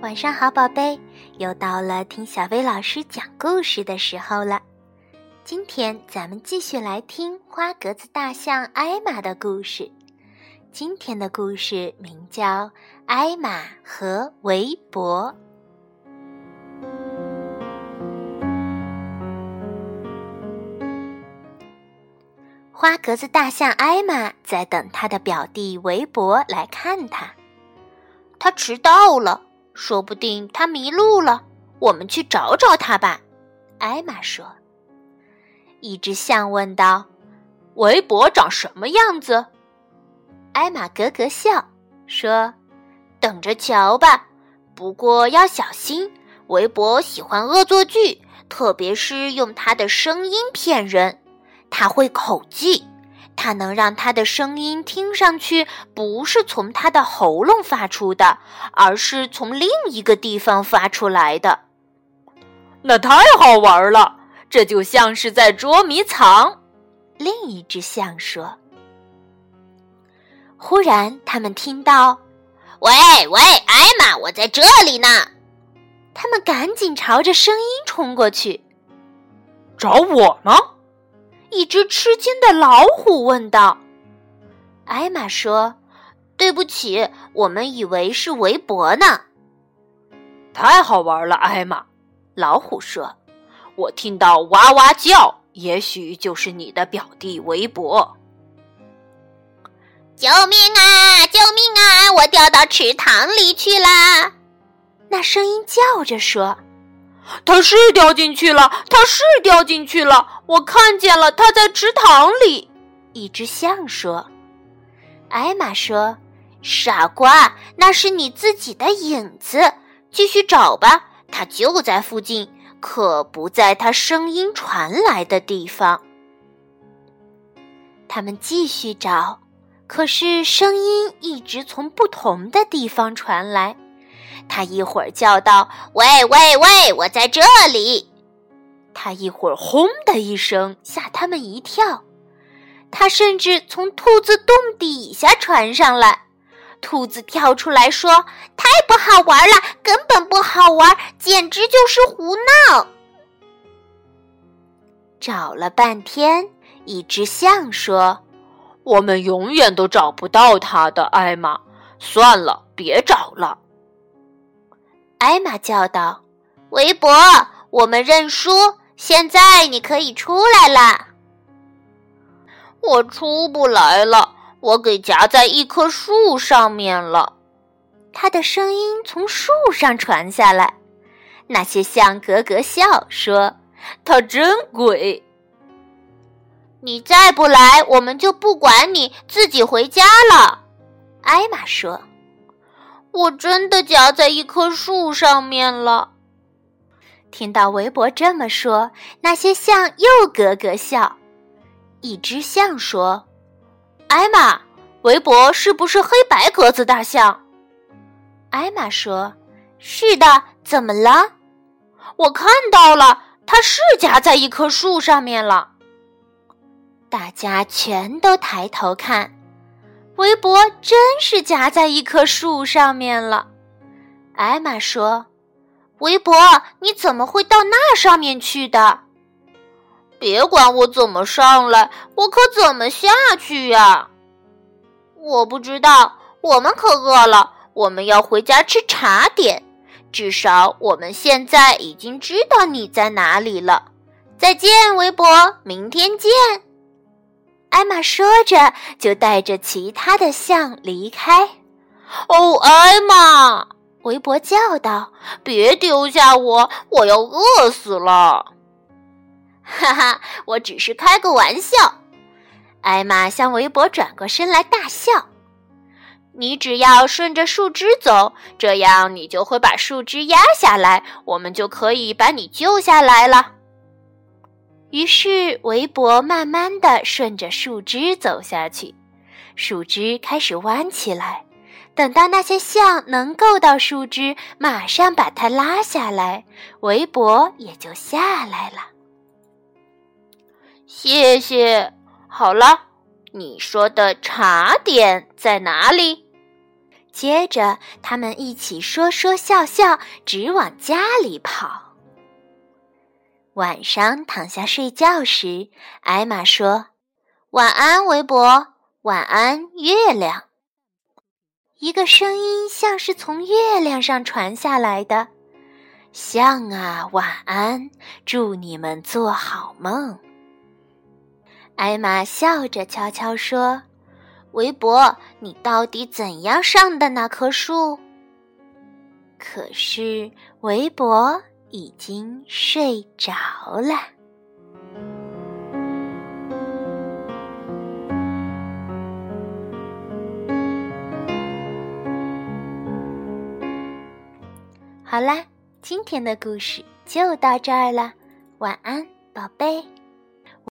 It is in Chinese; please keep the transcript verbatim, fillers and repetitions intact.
晚上好，宝贝，又到了听小薇老师讲故事的时候了。今天咱们继续来听花格子大象艾玛的故事。今天的故事名叫《艾玛和围脖》。花格子大象艾玛在等他的表弟围脖来看他。他迟到了，说不定他迷路了，我们去找找他吧，艾玛说。一只象问道：围脖长什么样子？艾玛咯咯笑，说：等着瞧吧，不过要小心，围脖喜欢恶作剧，特别是用他的声音骗人。他会口技，他能让他的声音听上去不是从他的喉咙发出的，而是从另一个地方发出来的。那太好玩了，这就像是在捉迷藏，另一只象说。忽然他们听到，喂喂，艾玛，我在这里呢。他们赶紧朝着声音冲过去。找我吗？一只吃惊的老虎问道。艾玛说：对不起，我们以为是围脖呢。太好玩了，艾玛，老虎说。我听到哇哇叫，也许就是你的表弟围脖。救命啊！救命啊！我掉到池塘里去了。那声音叫着说。他是掉进去了，他是掉进去了，我看见了，他在池塘里。一只象说。艾玛说：傻瓜，那是你自己的影子，继续找吧，他就在附近，可不在他声音传来的地方。他们继续找，可是声音一直从不同的地方传来。他一会儿叫道：喂喂喂，我在这里。他一会儿轰的一声，吓他们一跳。他甚至从兔子洞底下传上来。兔子跳出来说：太不好玩了，根本不好玩，简直就是胡闹。找了半天，一只象说：我们永远都找不到他的，艾玛，算了，别找了。艾玛叫道：围脖，我们认输，现在你可以出来了。我出不来了，我给夹在一棵树上面了。他的声音从树上传下来。那些象咯咯笑，说：他真鬼。你再不来，我们就不管你，自己回家了。艾玛说。我真的夹在一棵树上面了。听到围脖这么说，那些象又咯咯笑。一只象说：艾玛，围脖是不是黑白格子大象？艾玛说：是的，怎么了？我看到了，它是夹在一棵树上面了。大家全都抬头看，围脖真是夹在一棵树上面了。艾玛说：围脖，你怎么会到那上面去的？别管我怎么上来，我可怎么下去呀？我不知道，我们可饿了，我们要回家吃茶点。至少我们现在已经知道你在哪里了。再见，围脖，明天见。艾玛说着，就带着其他的象离开。哦，艾玛，围脖叫道，别丢下我，我要饿死了。哈哈，我只是开个玩笑。艾玛向围脖转过身来大笑。你只要顺着树枝走，这样你就会把树枝压下来，我们就可以把你救下来了。于是围脖慢慢地顺着树枝走下去，树枝开始弯起来，等到那些象能够到树枝，马上把它拉下来，围脖也就下来了。谢谢。好了，你说的茶点在哪里？ 接着他们一起说说笑笑，直往家里跑。晚上躺下睡觉时，艾玛说：“晚安，韦伯，晚安，月亮。”一个声音像是从月亮上传下来的：“象啊，晚安，祝你们做好梦。”艾玛笑着悄悄说：“韦伯，你到底怎样上的那棵树？”可是韦伯已经睡着了。好啦，今天的故事就到这儿了，晚安，宝贝。